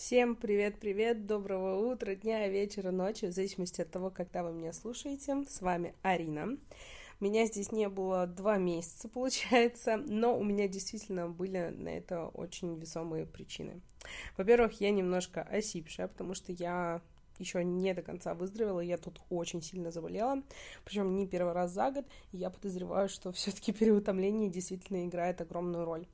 Всем привет-привет, доброго утра, дня, вечера, ночи, в зависимости от того, когда вы меня слушаете. С вами Арина. Меня здесь не было 2 месяца, получается, но у меня действительно были на это очень весомые причины. Во-первых, я немножко осипшая, потому что я еще не до конца выздоровела, я тут очень сильно заболела, причем не первый раз за год, и я подозреваю, что все-таки переутомление действительно играет огромную роль.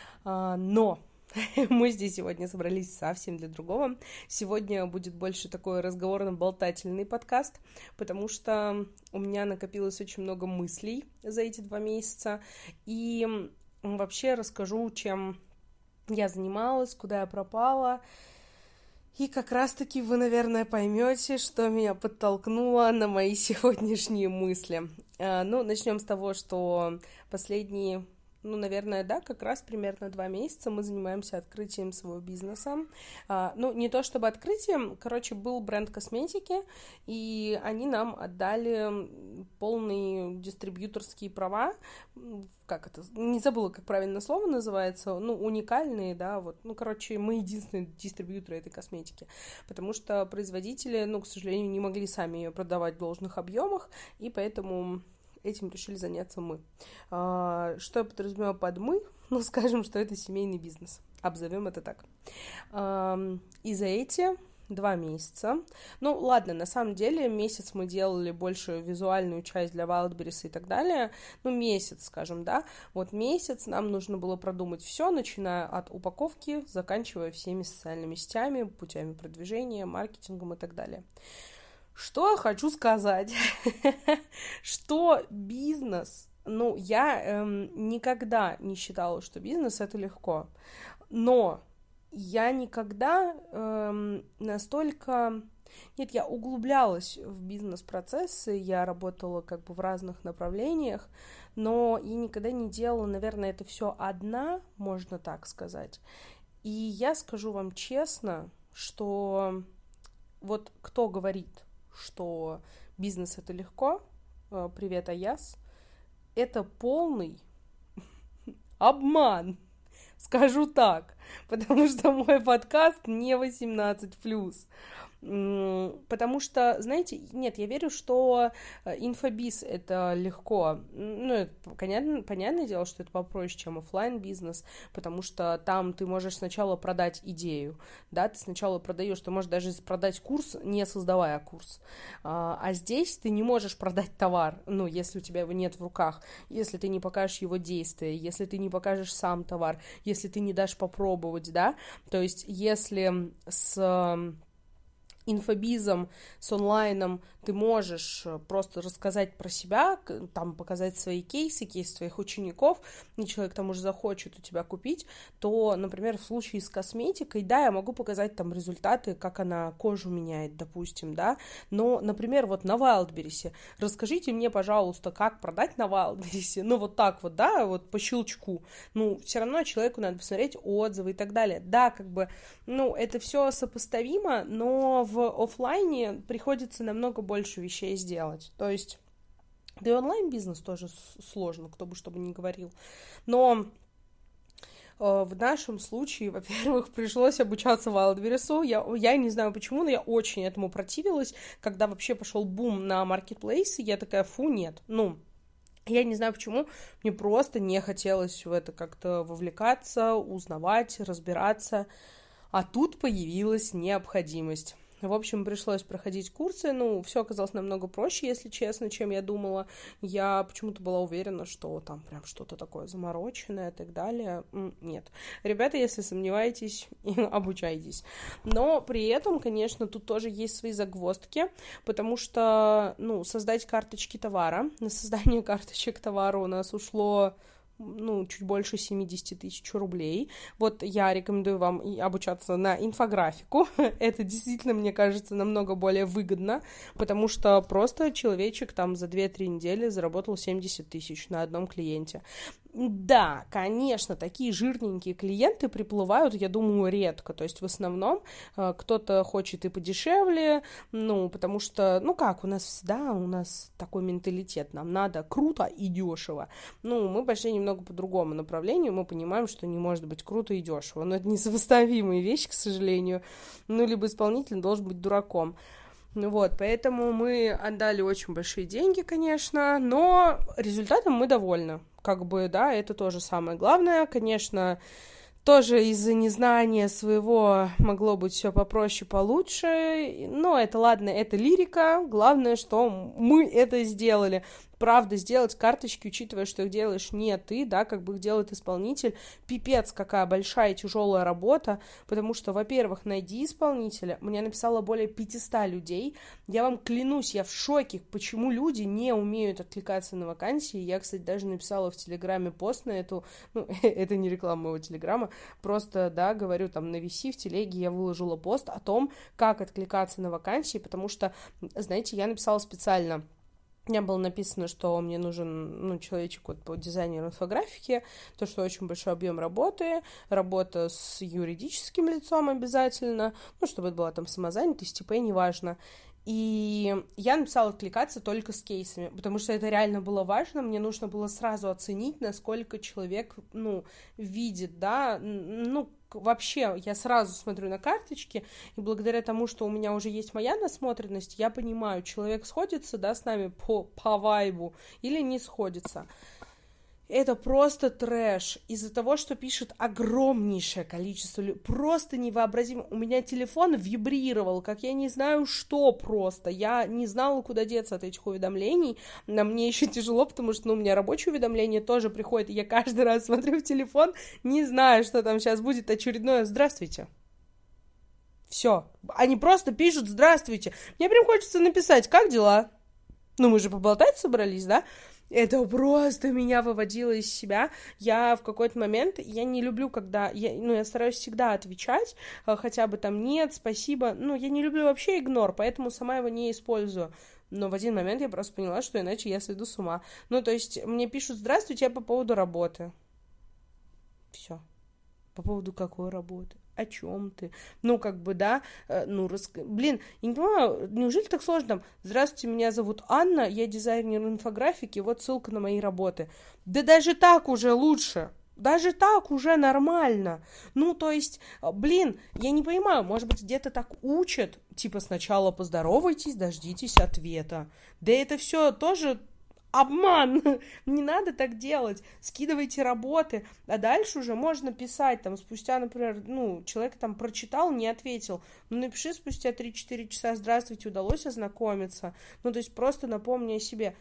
Но мы здесь сегодня собрались совсем для другого. Сегодня будет больше такой разговорно-болтательный подкаст, потому что у меня накопилось очень много мыслей за эти 2 месяца, и вообще расскажу, чем я занималась, куда я пропала. И как раз-таки вы, наверное, поймете, что меня подтолкнуло на мои сегодняшние мысли. Начнем с того, что последние, наверное, как раз примерно 2 месяца мы занимаемся открытием своего бизнеса. Не то чтобы открытием, был бренд косметики, и они нам отдали полные дистрибьюторские права, не забыла, как правильно слово называется, уникальные, мы единственные дистрибьюторы этой косметики, потому что производители, к сожалению, не могли сами ее продавать в должных объемах, и поэтому этим решили заняться мы. Что я подразумеваю под «мы»? Скажем, что это семейный бизнес. Обзовем это так. И за эти 2 месяца... на самом деле, месяц мы делали больше визуальную часть для Wildberries и так далее. Месяц, скажем, да. Месяц нам нужно было продумать все, начиная от упаковки, заканчивая всеми социальными сетями, путями продвижения, маркетингом и так далее. Что я хочу сказать, что бизнес, я никогда не считала, что бизнес — это легко, но я никогда настолько... Нет, я углублялась в бизнес-процессы, я работала в разных направлениях, но я никогда не делала, наверное, это все одна, можно так сказать. И я скажу вам честно, что кто говорит, что бизнес — это легко, привет, Аяс, это полный обман, скажу так, потому что мой подкаст не 18+. Потому что, знаете, нет, я верю, что инфобиз — это легко. Понятное дело, что это попроще, чем офлайн бизнес, потому что там ты можешь сначала продать идею, да, ты сначала продаешь, ты можешь даже продать курс, не создавая курс. А здесь ты не можешь продать товар, если у тебя его нет в руках, если ты не покажешь его действия, если ты не покажешь сам товар, если ты не дашь попробовать, да, то есть если с инфобизом, с онлайном ты можешь просто рассказать про себя, там показать свои кейсы твоих учеников, и человек там уже захочет у тебя купить, то, например, в случае с косметикой, да, я могу показать там результаты, как она кожу меняет, допустим, да, но, например, на Wildberries, расскажите мне, пожалуйста, как продать на Wildberries, да, по щелчку, все равно человеку надо посмотреть отзывы и так далее, да, это все сопоставимо, но в офлайне приходится намного больше вещей сделать. То есть, да и онлайн-бизнес тоже сложно, кто бы что бы ни говорил. Но в нашем случае, во-первых, пришлось обучаться Wildberries. Я не знаю почему, но я очень этому противилась. Когда вообще пошел бум на маркетплейсы, я такая, нет. Я не знаю почему, мне просто не хотелось в это как-то вовлекаться, узнавать, разбираться. А тут появилась необходимость. В общем, пришлось проходить курсы, все оказалось намного проще, если честно, чем я думала. Я почему-то была уверена, что там прям что-то такое замороченное и так далее. Нет. Ребята, если сомневаетесь, обучайтесь. Но при этом, конечно, тут тоже есть свои загвоздки, потому что, создать карточки товара, на создание карточек товара у нас ушло чуть больше 70 тысяч рублей. Я рекомендую вам обучаться на инфографику. Это действительно, мне кажется, намного более выгодно, потому что просто человечек там за 2-3 недели заработал 70 тысяч на одном клиенте. Да, конечно, такие жирненькие клиенты приплывают, я думаю, редко. То есть в основном кто-то хочет и подешевле, ну, потому что, ну как, у нас такой менталитет, нам надо круто и дешево. Ну, мы пошли немного по другому направлению, мы понимаем, что не может быть круто и дешево. Но это несовместимые вещи, к сожалению. Ну, либо исполнитель должен быть дураком. Ну вот, поэтому мы отдали очень большие деньги, конечно, но результатом мы довольны. Как бы, да, это тоже самое главное. Конечно, тоже из-за незнания своего могло быть все попроще, получше. Но это ладно, это лирика. Главное, что мы это сделали. Правда, сделать карточки, учитывая, что их делаешь не ты, да, как бы их делает исполнитель, пипец, какая большая и тяжелая работа, потому что, во-первых, найди исполнителя, мне написало более 500 людей, я вам клянусь, я в шоке, почему люди не умеют откликаться на вакансии, я, кстати, даже написала в Телеграме пост на эту, ну, это не реклама моего Телеграма, просто, да, говорю, там, на VC в Телеге я выложила пост о том, как откликаться на вакансии, потому что, знаете, я написала специально. У меня было написано, что мне нужен, ну, человечек вот по дизайнеру инфографики, то, что очень большой объем работы, работа с юридическим лицом обязательно, ну, чтобы это была там самозанятость, ТП, неважно. И я написала откликаться только с кейсами, потому что это реально было важно, мне нужно было сразу оценить, насколько человек, ну, видит, да, ну, вообще, я сразу смотрю на карточки, и благодаря тому, что у меня уже есть моя насмотренность, я понимаю, человек сходится, да, с нами по вайбу или не сходится. Это просто трэш. Из-за того, что пишет огромнейшее количество людей. Просто невообразимо. У меня телефон вибрировал, как я не знаю что просто. Я не знала, куда деться от этих уведомлений. На мне еще тяжело, потому что, ну, у меня рабочие уведомления тоже приходят, и я каждый раз смотрю в телефон, не знаю, что там сейчас будет очередное «Здравствуйте». Все. Они просто пишут «Здравствуйте». Мне прям хочется написать «Как дела?» Ну, мы же поболтать собрались, да? Это просто меня выводило из себя. Я в какой-то момент, я не люблю, когда... я стараюсь всегда отвечать, хотя бы там «нет», «спасибо». Ну, я не люблю вообще игнор, поэтому сама его не использую. Но в один момент я просто поняла, что иначе я сойду с ума. Ну, то есть мне пишут «Здравствуйте, я по поводу работы». Все. По поводу какой работы? О чем ты? Ну, как бы, да, Блин, я не понимаю, неужели так сложно? Там, здравствуйте, меня зовут Анна, я дизайнер инфографики, вот ссылка на мои работы. Да даже так уже лучше. Даже так уже нормально. Ну, то есть, блин, я не понимаю, может быть, где-то так учат, типа сначала поздоровайтесь, дождитесь ответа. Да это все тоже... Обман! Не надо так делать. Скидывайте работы, а дальше уже можно писать, там, спустя, например, человек там прочитал, не ответил. Ну, напиши спустя 3-4 часа «Здравствуйте, удалось ознакомиться». Ну, то есть просто напомни о себе.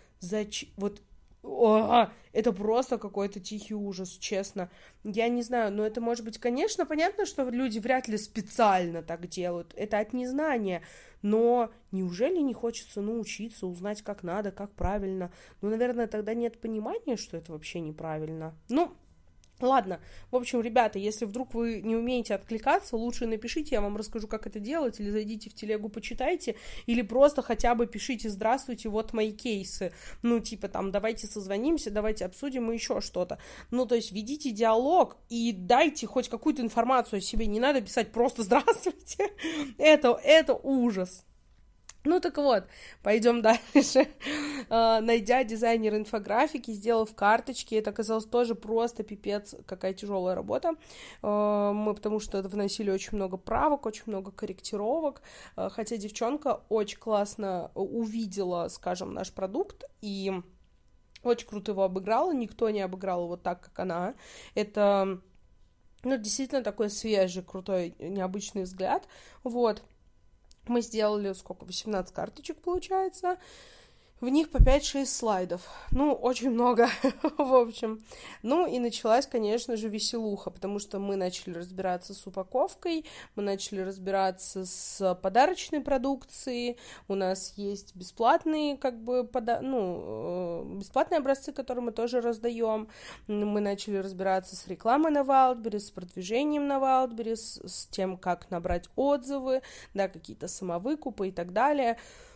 Это просто какой-то тихий ужас, честно. Я не знаю, но это может быть, конечно, понятно, что люди вряд ли специально так делают. Это от незнания. Но неужели не хочется научиться, узнать, как надо, как правильно? Ну, наверное, тогда нет понимания, что это вообще неправильно. Ну, ладно. В общем, ребята, если вдруг вы не умеете откликаться, лучше напишите, я вам расскажу, как это делать, или зайдите в телегу, почитайте, или просто хотя бы пишите «Здравствуйте, вот мои кейсы». Ну, типа там «Давайте созвонимся, давайте обсудим» и еще что-то. Ну, то есть ведите диалог и дайте хоть какую-то информацию о себе. Не надо писать просто «Здравствуйте». Это ужас. Ну так вот, пойдем дальше. Найдя дизайнер инфографики, сделав карточки, это оказалось тоже просто пипец, какая тяжелая работа. Мы потому что вносили очень много правок, очень много корректировок, хотя девчонка очень классно увидела, скажем, наш продукт и очень круто его обыграла, никто не обыграл его так, как она. Это, действительно такой свежий, крутой, необычный взгляд, вот. Мы сделали, 18 карточек, получается. В них по 5-6 слайдов. Очень много, в общем. И началась, конечно же, веселуха, потому что мы начали разбираться с упаковкой, мы начали разбираться с подарочной продукцией, у нас есть бесплатные, бесплатные образцы, которые мы тоже раздаем. Мы начали разбираться с рекламой на Wildberries, с продвижением на Wildberries, с тем, как набрать отзывы, да, какие-то самовыкупы и так далее.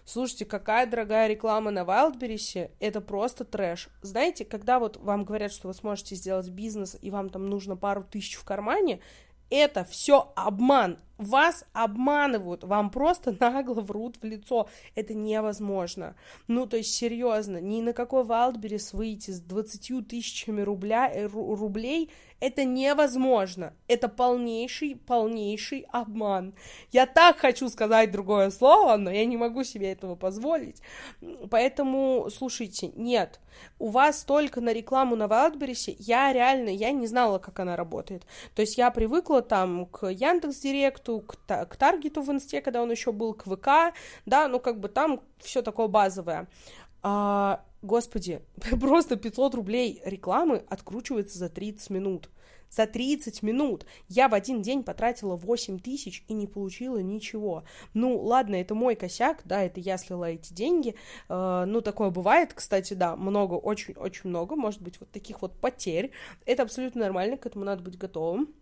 Слушайте, какая дорогая реклама на Wildberries, это просто трэш. Знаете, когда вот вам говорят, что вы сможете сделать бизнес, и вам там нужно пару тысяч в кармане, это все обман. Вас обманывают, вам просто нагло врут в лицо. Это невозможно. Ну, то есть, серьезно, ни на какой Wildberries выйти с 20 тысячами рублей, это невозможно. Это полнейший обман. Я так хочу сказать другое слово, но я не могу себе этого позволить. Поэтому, слушайте, нет. У вас только на рекламу на Wildberries, я не знала, как она работает. То есть, я привыкла там к Яндекс.Директу, к Таргету в Инсте, когда он еще был, к ВК, да, ну, как бы там все такое базовое. Господи, просто 500 рублей рекламы откручивается за 30 минут. За 30 минут я в один день потратила 8 тысяч и не получила ничего. Ну, ладно, это мой косяк, да, это я слила эти деньги. Ну, такое бывает, кстати, да, много, очень-очень много, может быть, вот таких вот потерь. Это абсолютно нормально, к этому надо быть готовым.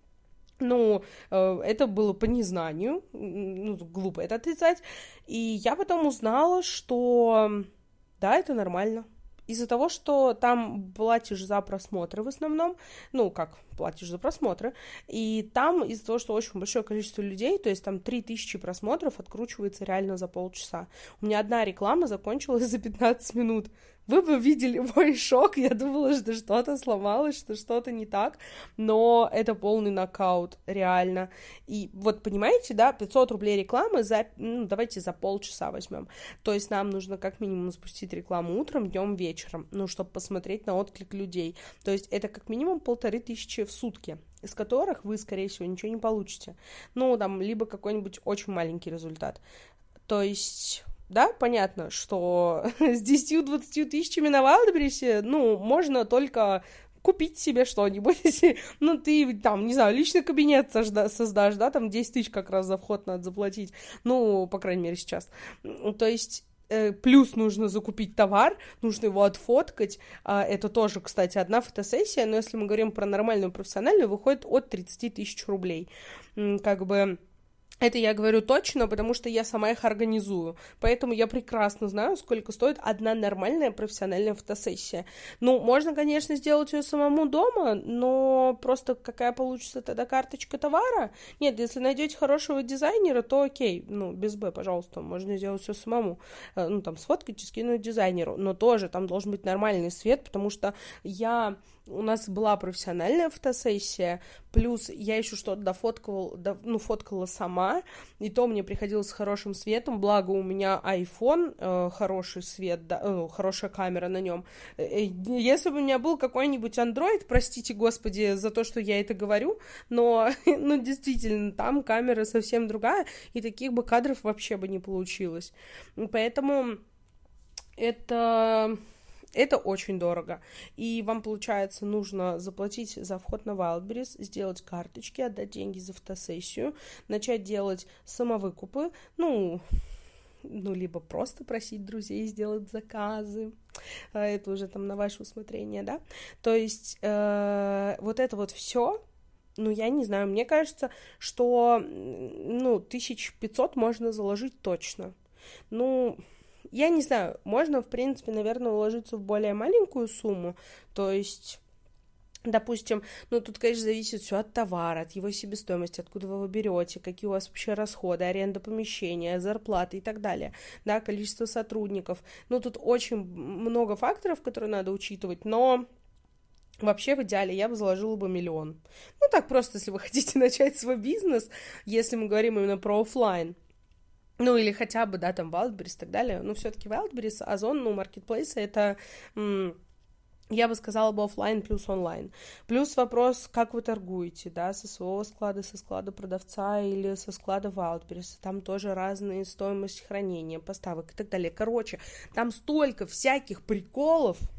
Ну, это было по незнанию, ну, глупо это отрицать. И я потом узнала, что да, это нормально. Из-за того, что там платишь за просмотры в основном, ну, как платишь за просмотры, и там из-за того, что очень большое количество людей, то есть там 3000 просмотров откручивается реально за полчаса. У меня одна реклама закончилась за 15 минут. Вы бы видели мой шок, я думала, что что-то сломалось, что что-то не так, но это полный нокаут, реально. И вот, понимаете, да, 500 рублей рекламы за, ну, давайте за полчаса возьмем. То есть нам нужно как минимум запустить рекламу утром, днем, вечером, ну, чтобы посмотреть на отклик людей. То есть это как минимум 1500 в сутки, из которых вы, скорее всего, ничего не получите. Ну, там, либо какой-нибудь очень маленький результат. То есть... Да, понятно, что с 10-20 тысячами на Wildberries, ну, можно только купить себе что-нибудь. Ну, ты там, не знаю, личный кабинет создашь, да, там 10 тысяч как раз за вход надо заплатить. Ну, по крайней мере, сейчас. То есть... Плюс нужно закупить товар, нужно его отфоткать. Это тоже, кстати, одна фотосессия, но если мы говорим про нормальную профессиональную, выходит от 30 тысяч рублей. Как бы... Это я говорю точно, потому что я сама их организую. Поэтому я прекрасно знаю, сколько стоит одна нормальная профессиональная фотосессия. Ну, можно, конечно, сделать ее самому дома, но просто какая получится тогда карточка товара? Нет, если найдете хорошего дизайнера, то окей, ну, без Б, пожалуйста, можно сделать все самому. Ну, там, сфоткать и скинуть дизайнеру. Но тоже там должен быть нормальный свет, потому что у нас была профессиональная фотосессия, плюс я еще что-то фоткала сама, и то мне приходилось с хорошим светом, благо у меня iPhone, хороший свет, хорошая камера на нем. Если бы у меня был какой-нибудь Android, простите, господи, за то, что я это говорю, но, ну, действительно, там камера совсем другая, и таких бы кадров вообще бы не получилось. Поэтому это очень дорого. И вам, получается, нужно заплатить за вход на Wildberries, сделать карточки, отдать деньги за фотосессию, начать делать самовыкупы, ну, либо просто просить друзей сделать заказы. Это уже там на ваше усмотрение, да? То есть вот это вот все. Ну, я не знаю, мне кажется, что, 1500 можно заложить точно. Ну... Я не знаю, можно, в принципе, наверное, уложиться в более маленькую сумму, то есть, допустим, тут, конечно, зависит все от товара, от его себестоимости, откуда вы его берете, какие у вас вообще расходы, аренда помещения, зарплаты и так далее, да, количество сотрудников, тут очень много факторов, которые надо учитывать, но... Вообще, в идеале, я бы заложила бы 1 миллион. Ну, так просто, если вы хотите начать свой бизнес, если мы говорим именно про офлайн. Ну, или хотя бы, да, там, Wildberries и так далее. Но все-таки Wildberries, Озон, маркетплейсы, это, я бы сказала бы, офлайн плюс онлайн. Плюс вопрос, как вы торгуете, да, со своего склада, со склада продавца или со склада Wildberries. Там тоже разные стоимости хранения, поставок и так далее. Короче, там столько всяких приколов,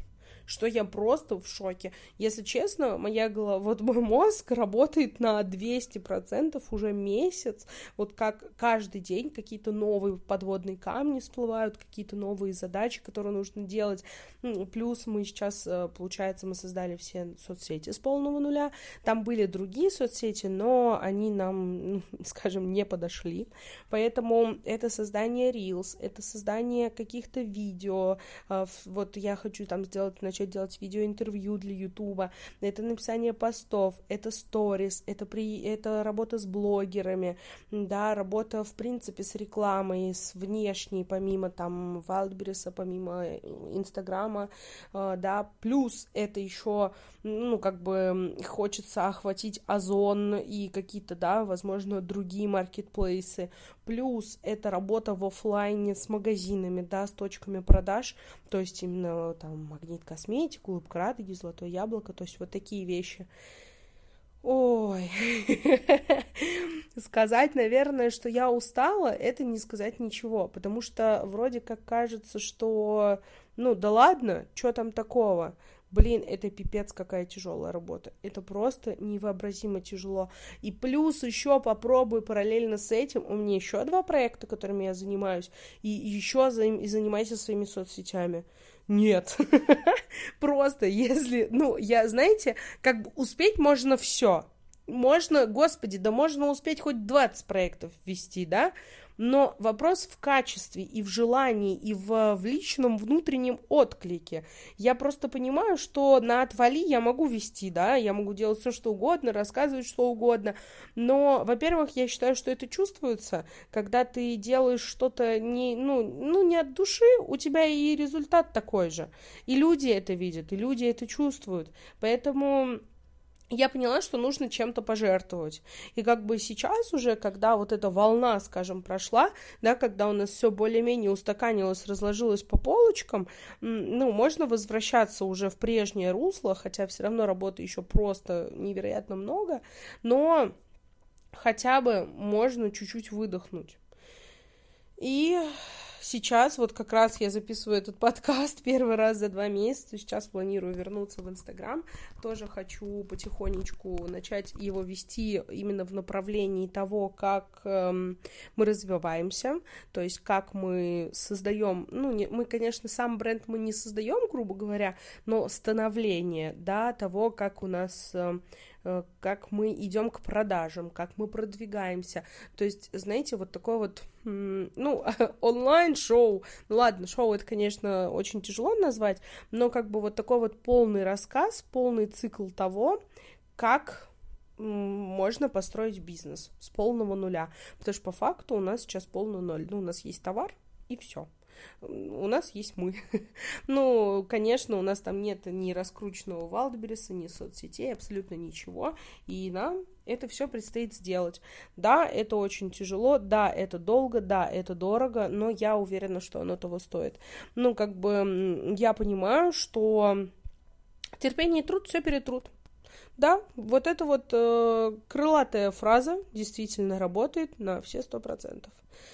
что я просто в шоке. Если честно, моя голова, вот мой мозг работает на 200% уже месяц, вот как каждый день какие-то новые подводные камни всплывают, какие-то новые задачи, которые нужно делать. Плюс мы сейчас, получается, мы создали все соцсети с полного нуля. Там были другие соцсети, но они нам, скажем, не подошли. Поэтому это создание Reels, это создание каких-то видео. Вот я хочу там начать делать видеоинтервью для Ютуба. Это написание постов, это сторис, это работа с блогерами, да, работа, в принципе, с рекламой, с внешней, помимо там Вайлдберриса, помимо Инстаграма, да, плюс это еще, как бы хочется охватить Озон и какие-то, да, возможно, другие маркетплейсы, плюс это работа в офлайне с магазинами, да, с точками продаж, то есть именно там Магнит Косметик, Улыбка Радуги, Золотое Яблоко, то есть вот такие вещи. Ой, сказать, наверное, что я устала, это не сказать ничего, потому что вроде как кажется, что, да ладно, что там такого? Блин, это пипец какая тяжелая работа. Это просто невообразимо тяжело. И плюс еще попробуй параллельно с этим. У меня еще 2 проекта, которыми я занимаюсь. И еще занимайся своими соцсетями. Нет. Просто если, знаете, как бы успеть можно все. Можно, господи, да можно успеть хоть 20 проектов ввести, да? Но вопрос в качестве и в желании, и в личном внутреннем отклике. Я просто понимаю, что на отвали я могу вести, да, я могу делать все, что угодно, рассказывать что угодно, но, во-первых, я считаю, что это чувствуется, когда ты делаешь что-то не от души, у тебя и результат такой же, и люди это видят, и люди это чувствуют, поэтому... Я поняла, что нужно чем-то пожертвовать. И как бы сейчас уже, когда вот эта волна, скажем, прошла, да, когда у нас все более-менее устаканилось, разложилось по полочкам, можно возвращаться уже в прежнее русло, хотя все равно работы еще просто невероятно много, но хотя бы можно чуть-чуть выдохнуть. И... Сейчас вот как раз я записываю этот подкаст первый раз за 2 месяца, сейчас планирую вернуться в Инстаграм, тоже хочу потихонечку начать его вести именно в направлении того, как мы развиваемся, то есть как мы создаем, мы, конечно, сам бренд мы не создаем, грубо говоря, но становление, да, того, как у нас... как мы идем к продажам, как мы продвигаемся. То есть, знаете, вот такой вот, онлайн-шоу. Ладно, шоу это, конечно, очень тяжело назвать, но как бы вот такой вот полный рассказ, полный цикл того, как можно построить бизнес с полного нуля. Потому что по факту у нас сейчас полный ноль. У нас есть товар и все. У нас есть мы. Конечно, у нас там нет ни раскрученного Вайлдберриса, ни соцсетей, абсолютно ничего, и нам это все предстоит сделать. Да, это очень тяжело, да, это долго, да, это дорого, но я уверена, что оно того стоит. Я понимаю, что терпение и труд все перетрут. Да, вот эта вот крылатая фраза действительно работает на все 100%.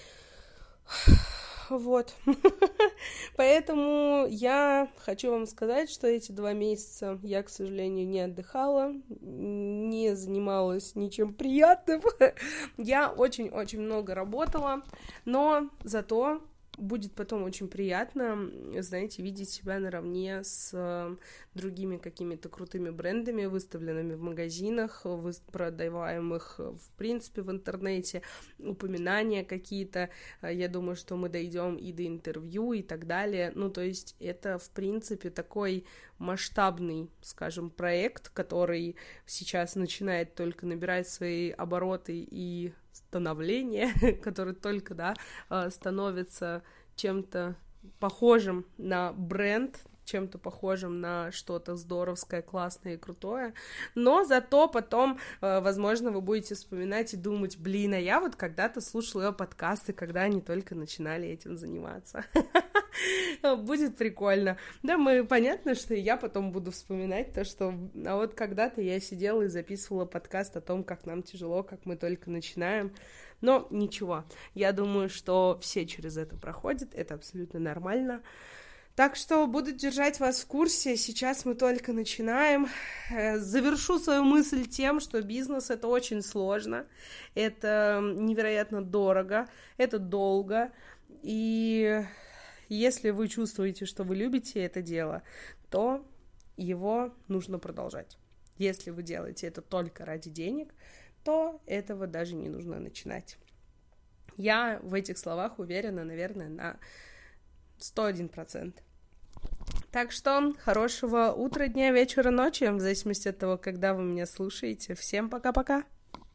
Вот, поэтому я хочу вам сказать, что эти 2 месяца я, к сожалению, не отдыхала, не занималась ничем приятным, я очень-очень много работала, но зато будет потом очень приятно, знаете, видеть себя наравне с другими какими-то крутыми брендами, выставленными в магазинах, продаваемых, в принципе, в интернете, упоминания какие-то. Я думаю, что мы дойдем и до интервью и так далее. То есть это, в принципе, такой масштабный, скажем, проект, который сейчас начинает только набирать свои обороты и становление, который только, становится чем-то похожим на бренд, чем-то похожим на что-то здоровское, классное и крутое, но зато потом, возможно, вы будете вспоминать и думать, блин, а я вот когда-то слушала ее подкасты, когда они только начинали этим заниматься. Будет прикольно. Да, понятно, что и я потом буду вспоминать то, что а вот когда-то я сидела и записывала подкаст о том, как нам тяжело, как мы только начинаем. Но ничего, я думаю, что все через это проходят, это абсолютно нормально. Так что буду держать вас в курсе. Сейчас мы только начинаем. Завершу свою мысль тем, что бизнес — это очень сложно, это невероятно дорого, это долго. И если вы чувствуете, что вы любите это дело, то его нужно продолжать. Если вы делаете это только ради денег, то этого даже не нужно начинать. Я в этих словах уверена, наверное, на 101%. Так что хорошего утра, дня, вечера, ночи, в зависимости от того, когда вы меня слушаете. Всем пока-пока!